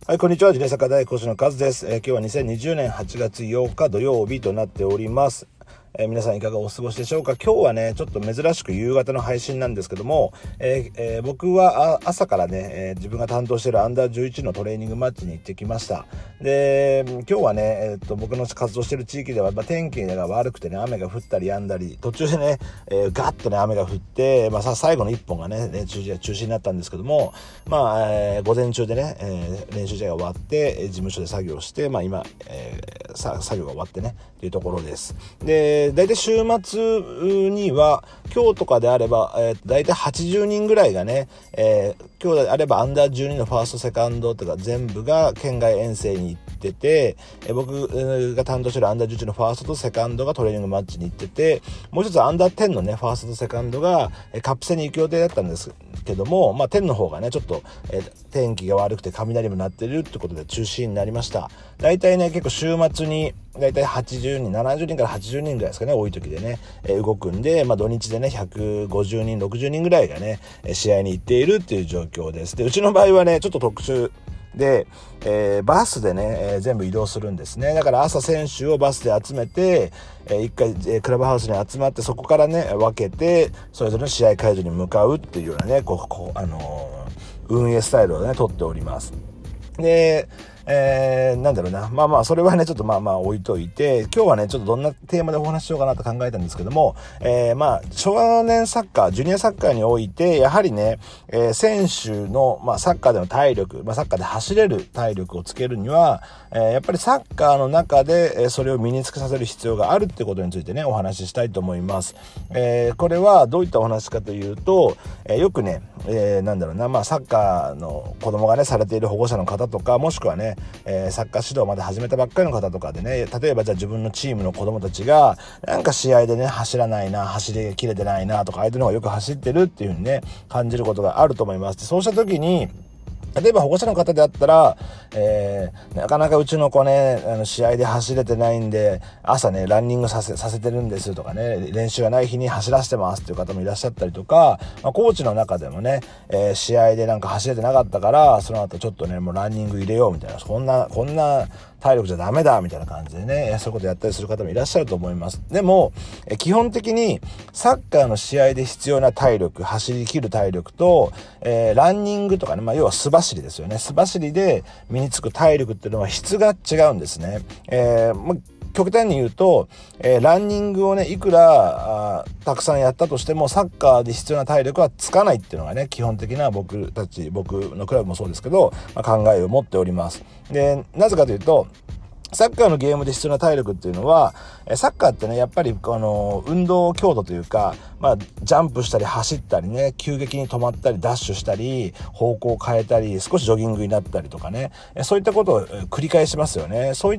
はい、こんにちは。自転車課題講師のカズです。今日は2020年8月8日土曜日となっております。皆さんいかがお過ごしでしょうか。今日はね、ちょっと珍しく夕方の配信なんですけども、僕は朝からね、自分が担当しているアンダー11のトレーニングマッチに行ってきました。で、今日はね、僕の活動している地域では、天気が悪くてね、雨が降ったり止んだり、途中でね、ガッとね、雨が降って、最後の1本がね、中止になったんですけども、午前中でね、練習試合が終わって、事務所で作業して、今、作業が終わってね、というところです。で、だいたい週末には、今日とかであれば、だいたい80人ぐらいがね、今日であればアンダー12のファースト、セカンドとか全部が県外遠征に行ってて、僕が担当してるアンダー11のファーストとセカンドがトレーニングマッチに行ってて、もう一つアンダー10のね、ファーストとセカンドがカップ戦に行く予定だったんですけども、10の方がね、ちょっと、天気が悪くて雷も鳴ってるってことで中止になりました。だいたいね、結構週末にだいたい80人、70人から80人ぐらいですかね、多い時でね、動くんで、土日でね、150人、60人ぐらいがね、試合に行っているっていう状況です。で、うちの場合はね、ちょっと特殊で、バスでね、全部移動するんですね。だから朝選手をバスで集めて、一回、クラブハウスに集まって、そこからね、分けて、それぞれの試合会場に向かうっていうようなね、運営スタイルをね、取っております。で、なんだろうな。それはね、ちょっと置いといて、今日はね、ちょっとどんなテーマでお話ししようかなと考えたんですけども、少年サッカー、ジュニアサッカーにおいて、やはりね、選手の、サッカーでの体力、サッカーで走れる体力をつけるには、やっぱりサッカーの中で、それを身につけさせる必要があるってことについてね、お話ししたいと思います。これはどういったお話かというと、よくね、サッカーの子供がね、されている保護者の方とか、もしくはね、サッカー指導まで始めたばっかりの方とかでね、例えばじゃあ自分のチームの子供たちがなんか試合でね走らないな、走りきれてないなとか、相手の方がよく走ってるっていう風にね感じることがあると思います。そうした時に例えば保護者の方であったら、なかなかうちの子ね、試合で走れてないんで、朝ね、ランニングさせてるんですとかね、練習がない日に走らせてますっていう方もいらっしゃったりとか、コーチの中でもね、試合でなんか走れてなかったから、その後ちょっとね、もうランニング入れようみたいな、こんな体力じゃダメだみたいな感じでね、そういうことやったりする方もいらっしゃると思います。でも、基本的にサッカーの試合で必要な体力、走り切る体力と、ランニングとかね、要は素走りですよね。素走りで身につく体力っていうのは質が違うんですね。極端に言うと、ランニングをね、いくらたくさんやったとしても、サッカーで必要な体力はつかないっていうのがね、基本的な僕のクラブもそうですけど、考えを持っております。で、なぜかというと、サッカーのゲームで必要な体力っていうのは、サッカーってね、やっぱり運動強度というか、ジャンプしたり走ったりね、急激に止まったりダッシュしたり、方向を変えたり、少しジョギングになったりとかね、そういったことを繰り返しますよね。そういった、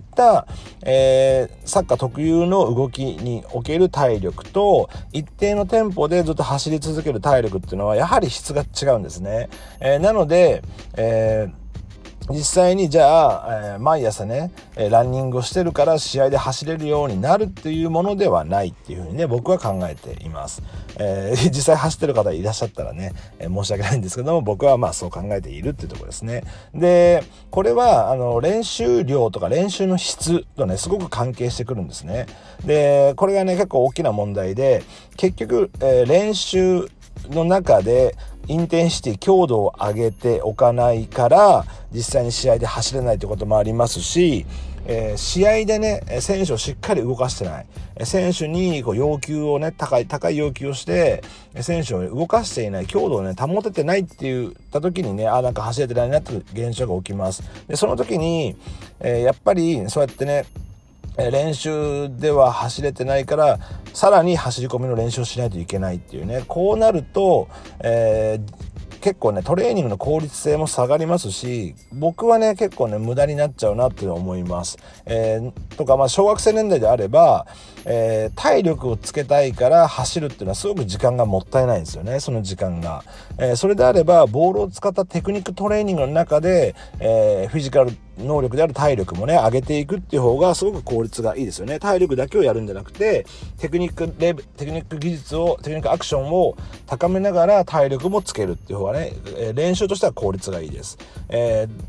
サッカー特有の動きにおける体力と、一定のテンポでずっと走り続ける体力っていうのは、やはり質が違うんですね。なので、実際にじゃあ、毎朝ね、ランニングをしてるから試合で走れるようになるっていうものではないっていうふうにね、僕は考えています。実際走ってる方いらっしゃったらね、申し訳ないんですけども、僕はそう考えているっていうところですね。で、これは、練習量とか練習の質とね、すごく関係してくるんですね。で、これがね、結構大きな問題で、結局、練習の中でインテンシティ強度を上げておかないから実際に試合で走れないということもありますし、試合でね選手をしっかり動かしてない、選手に要求をね高い要求をして選手を動かしていない、強度をね保ててないって言った時にね、なんか走れてないなっていう現象が起きます。でその時に、やっぱりそうやってね練習では走れてないからさらに走り込みの練習をしないといけないっていうね、こうなると、結構ねトレーニングの効率性も下がりますし、僕はね結構ね無駄になっちゃうなって思います。とか小学生年代であれば、体力をつけたいから走るっていうのはすごく時間がもったいないんですよね、その時間が。それであればボールを使ったテクニックトレーニングの中で、フィジカル能力である体力もね上げていくっていう方がすごく効率がいいですよね。体力だけをやるんじゃなくてテクニック技術をテクニックアクションを高めながら体力もつけるっていう方がね、練習としては効率がいいです。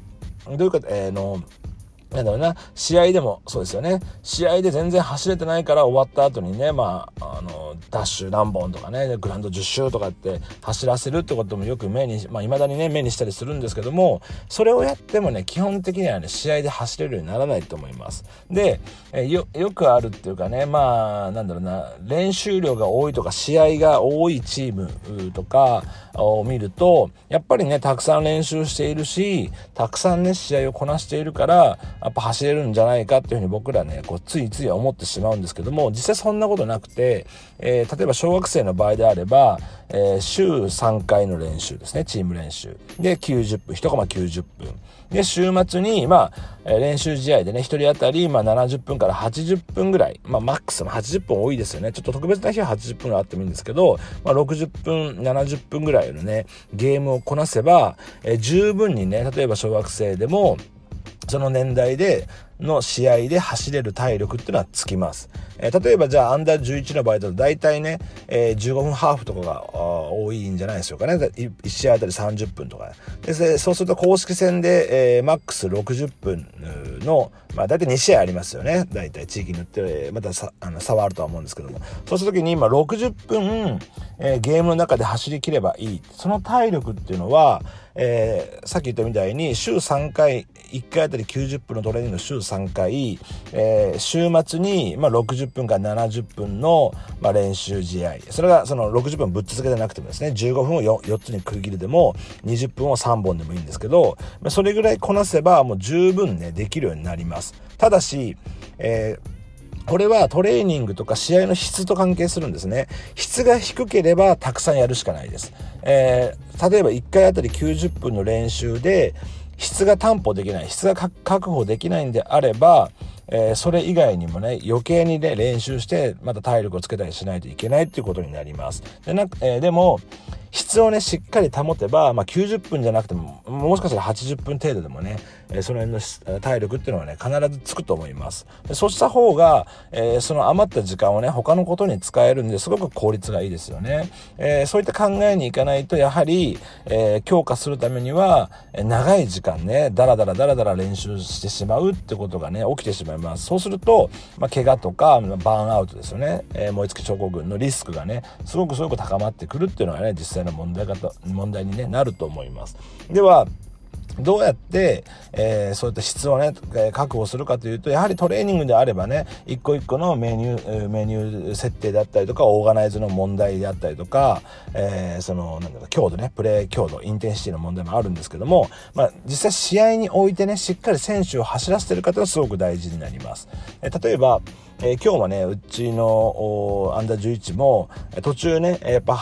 どういうか、なんだろうな、試合でもそうですよね。試合で全然走れてないから終わった後にね、ダッシュ何本とかね、グラウンド10周とかって走らせるってこともよく未だにね、目にしたりするんですけども、それをやってもね、基本的にはね、試合で走れるようにならないと思います。で、よくあるっていうかね、なんだろうな、練習量が多いとか、試合が多いチームとかを見ると、やっぱりね、たくさん練習しているし、たくさんね、試合をこなしているから、やっぱ走れるんじゃないかっていうふうに僕らね、ついつい思ってしまうんですけども、実際そんなことなくて、例えば小学生の場合であれば、週3回の練習ですね、チーム練習で90分、1コマ90分で、週末に練習試合でね、1人当たり70分から80分ぐらい、マックスの80分多いですよね。ちょっと特別な日は80分ぐらいあってもいいんですけど、60分70分ぐらいのね、ゲームをこなせば、十分にね、例えば小学生でもその年代での試合で走れる体力っていうのはつきます。例えばじゃあアンダー11の場合だと大体ね、15分ハーフとかが多いんじゃないでしょうかね。1試合あたり30分とかで、そうすると公式戦で、マックス60分の大体2試合ありますよね。大体地域によってまた差はあるとは思うんですけども、そうした時に今60分、ゲームの中で走り切ればいい。その体力っていうのは、さっき言ったみたいに週3回1回あたり90分のトレーニング週3回、週末に60分から70分の練習試合、それがその60分ぶっ続けてなくてもですね、15分を 4つに区切るでも20分を3本でもいいんですけど、それぐらいこなせばもう十分ねできるようになります。ただし、これはトレーニングとか試合の質と関係するんですね。質が低ければたくさんやるしかないです。例えば1回あたり90分の練習で質が担保できない、質が確保できないんであれば、それ以外にもね、余計にね、練習してまた体力をつけたりしないといけないっていうことになります。でも質をねしっかり保てば、90分じゃなくてももしかしたら80分程度でもね、その辺の体力っていうのはね必ずつくと思います。そうした方が、その余った時間をね他のことに使えるんですごく効率がいいですよね。そういった考えにいかないとやはり、強化するためには長い時間ねだらだら練習してしまうってことがね起きてしまいます。そうすると、怪我とかバーンアウトですよね、燃え尽き症候群のリスクがねすごく高まってくるっていうのはね実際の問題に、なると思います。ではどうやって、そういった質をね、確保するかというと、やはりトレーニングであればね、一個一個のメニュー設定であったりとか、オーガナイズの問題であったりとか、強度ね、プレー強度、インテンシティの問題もあるんですけども、実際試合においてね、しっかり選手を走らせてる方はすごく大事になります。例えば、今日はね、うちのアンダー11も途中ね、やっぱ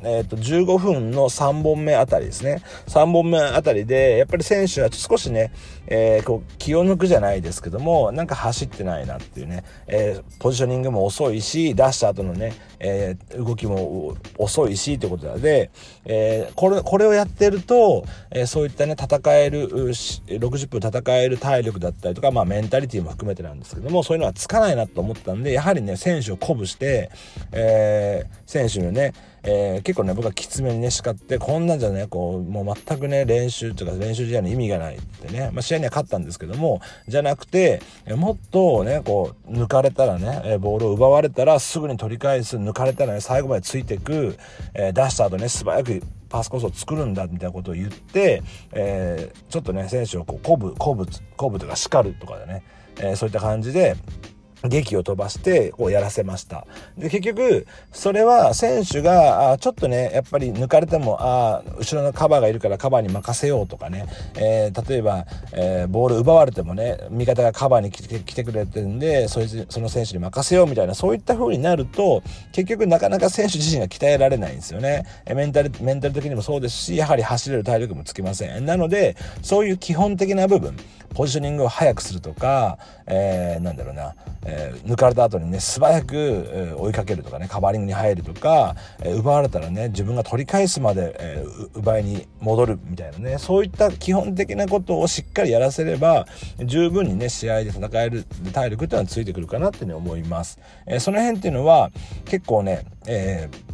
15分の3本目あたりですね。3本目あたりで、やっぱり選手は少しね、気を抜くじゃないですけども、なんか走ってないなっていうね、ポジショニングも遅いし、出した後のね、動きも遅いしということで、これをやってると、そういったね、60分戦える体力だったりとか、メンタリティも含めてなんですけども、そういうのはつかないなと思ったんで、やはりね選手を鼓舞して、選手にね、結構ね僕はきつめにね叱って、こんなんじゃねもう全くね練習とか練習試合の意味がないってね、試合には勝ったんですけども、じゃなくてもっとね抜かれたらね、ボールを奪われたらすぐに取り返す、抜かれたらね最後までついていく、出した後ね素早くパスコースを作るんだみたいなことを言って、ちょっとね選手を鼓舞とか叱るとかでね、そういった感じで劇を飛ばしてやらせました。で結局それは選手がちょっとねやっぱり抜かれても後ろのカバーがいるからカバーに任せようとかね、例えば、ボール奪われてもね味方がカバーに来てくれてるんでその選手に任せようみたいな、そういった風になると結局なかなか選手自身が鍛えられないんですよね。メンタル的にもそうですし、やはり走れる体力もつきません。なのでそういう基本的な部分、ポジショニングを早くするとか、抜かれた後にね素早く追いかけるとかね、カバーリングに入るとか、奪われたらね自分が取り返すまで、奪いに戻るみたいなね、そういった基本的なことをしっかりやらせれば十分にね試合で戦える体力っていうのはついてくるかなっていうふうに思います。その辺っていうのは結構ね、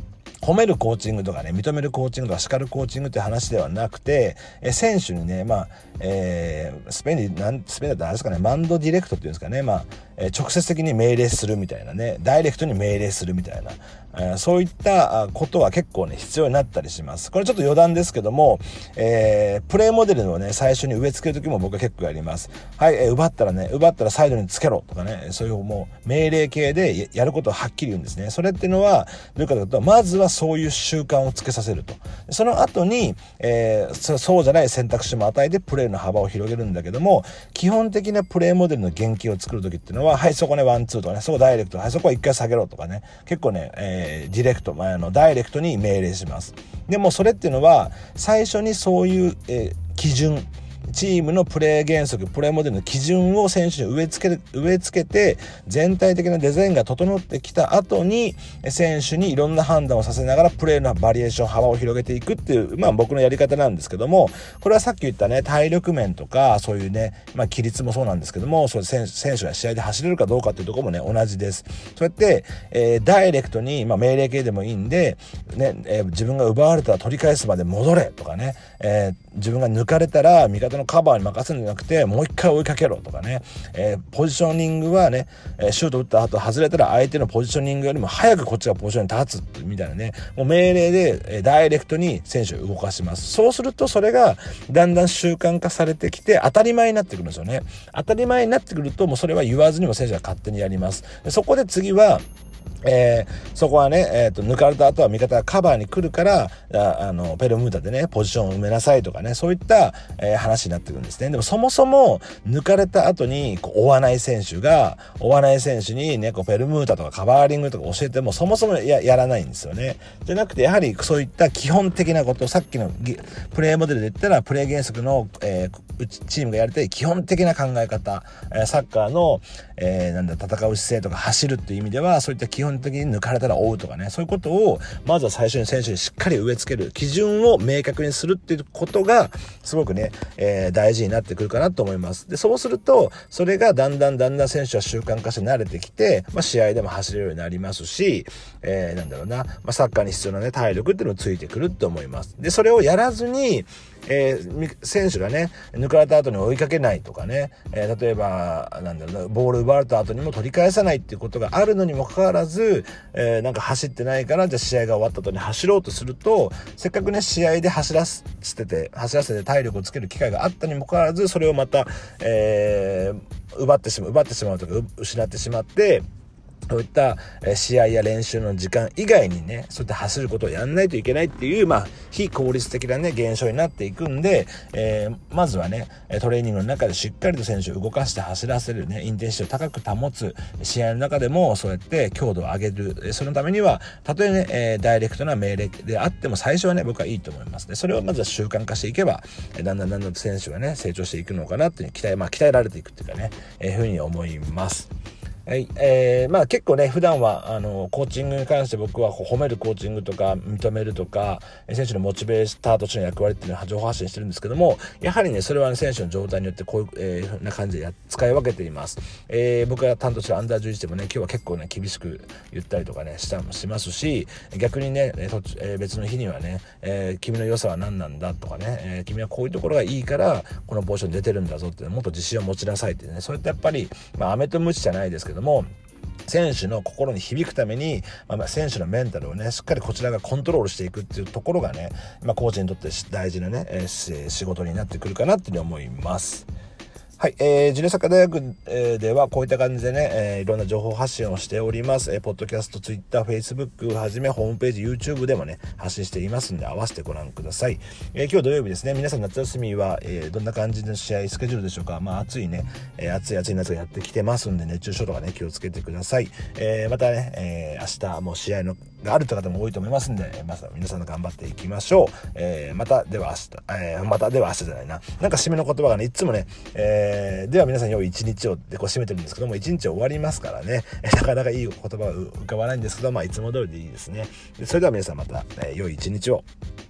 褒めるコーチングとかね、認めるコーチングとか叱るコーチングって話ではなくて、選手にね、スペインだとあれですかね、マンドディレクトっていうんですかね、直接的に命令するみたいなね、ダイレクトに命令するみたいな、そういったことは結構ね、必要になったりします。これちょっと余談ですけども、プレーモデルのね、最初に植え付ける時も僕は結構やります。はい、奪ったらサイドにつけろとかね、そういうもう命令系でやることをはっきり言うんですね。それっていうのは、どういうかというと、まずはそういう習慣をつけさせると。その後に、そうじゃない選択肢も与えてプレーの幅を広げるんだけども、基本的なプレーモデルの原型を作る時っていうのは、はい、そこね、ワンツーとかね、そこダイレクト、はい、そこは一回下げろとかね、結構ね、ディレクト、ダイレクトに命令します。でもそれっていうのは、最初にそういう、基準、チームのプレー原則、プレーモデルの基準を選手に植え付けて、全体的なデザインが整ってきた後に、選手にいろんな判断をさせながらプレーのバリエーション、幅を広げていくっていう、僕のやり方なんですけども、これはさっき言ったね、体力面とか、そういうね、規律もそうなんですけども、そう選手が試合で走れるかどうかっていうところもね、同じです。そうやって、ダイレクトに、命令系でもいいんで、ね、自分が奪われたら取り返すまで戻れとかね、自分が抜かれたら味方のカバーに任せるんじゃなくてもう一回追いかけろとかね、ポジショニングはね、シュート打った後外れたら相手のポジショニングよりも早くこっちがポジションに立つみたいなね、もう命令でダイレクトに選手を動かします。そうするとそれがだんだん習慣化されてきて当たり前になってくるんですよね。当たり前になってくるともうそれは言わずにも選手が勝手にやります。そこで次はそこはね、抜かれた後は味方がカバーに来るからペルムータでねポジションを埋めなさいとかね、そういった、話になってくるんですね。でもそもそも抜かれた後に追わない選手にねペルムータとかカバーリングとか教えてもそもそもやらないんですよね。じゃなくてやはりそういった基本的なこと、さっきのプレーモデルで言ったらプレー原則の、チームがやりたい基本的な考え方、サッカーの、戦う姿勢とか走るっていう意味ではそういった基本的に抜かれたら追うとかね、そういうことをまずは最初に選手にしっかり植え付ける、基準を明確にするっていうことがすごくね、大事になってくるかなと思います。でそうするとそれがだんだん選手は習慣化して慣れてきて、試合でも走れるようになりますし、サッカーに必要なね体力っていうのもついてくると思います。でそれをやらずに選手がね抜かれた後に追いかけないとかね、例えばボール奪われた後にも取り返さないっていうことがあるのにもかかわらず、走ってないからじゃあ試合が終わった後に走ろうとすると、せっかくね試合で走らせて体力をつける機会があったにもかかわらずそれをまた、奪ってしまうとか失ってしまって、そういった試合や練習の時間以外にねそういった走ることをやんないといけないっていう非効率的なね現象になっていくんで、まずはねトレーニングの中でしっかりと選手を動かして走らせるね、インテンシティを高く保つ、試合の中でもそうやって強度を上げる、そのためにはたとえね、ダイレクトな命令であっても最初はね僕はいいと思いますね。それをまずは習慣化していけばだんだん選手がね成長していくのかなっていう鍛えられていくっていうかね、ふうに思います。はい、結構ね普段はコーチングに関して僕は褒めるコーチングとか認めるとか選手のモチベーターとしての役割っていうのは情報発信してるんですけども、やはりねそれは、選手の状態によってこういう、な感じで使い分けています。僕が担当してるアンダー11でもね今日は結構ね厳しく言ったりとかねしますし、逆にね、別の日にはね、君の良さは何なんだとかね、君はこういうところがいいからこのポジションに出てるんだぞってもっと自信を持ちなさいってね、そういったやっぱり飴とムチじゃないですけども選手の心に響くために、選手のメンタルをねしっかりこちらがコントロールしていくっていうところがね、コーチにとって大事なね、仕事になってくるかなっていうふうに思います。はい、ジュニアサッカー大学、ではこういった感じでね、いろんな情報発信をしております。ポッドキャスト、ツイッター、フェイスブックをはじめホームページ、YouTube でもね発信していますので合わせてご覧ください。今日土曜日ですね。皆さん夏休みは、どんな感じの試合スケジュールでしょうか。暑いね、暑い夏がやってきてますんで熱中症とかね気をつけてください。またね、明日もう試合があるという方も多いと思いますんで、皆さん頑張っていきましょう。またでは明日じゃないな。なんか締めの言葉がねいつもね、では皆さん良い一日をで締めてるんですけども、一日終わりますからね、なかなかいい言葉が浮かばないんですけどいつも通りでいいですね。それでは皆さんまた、良い一日を。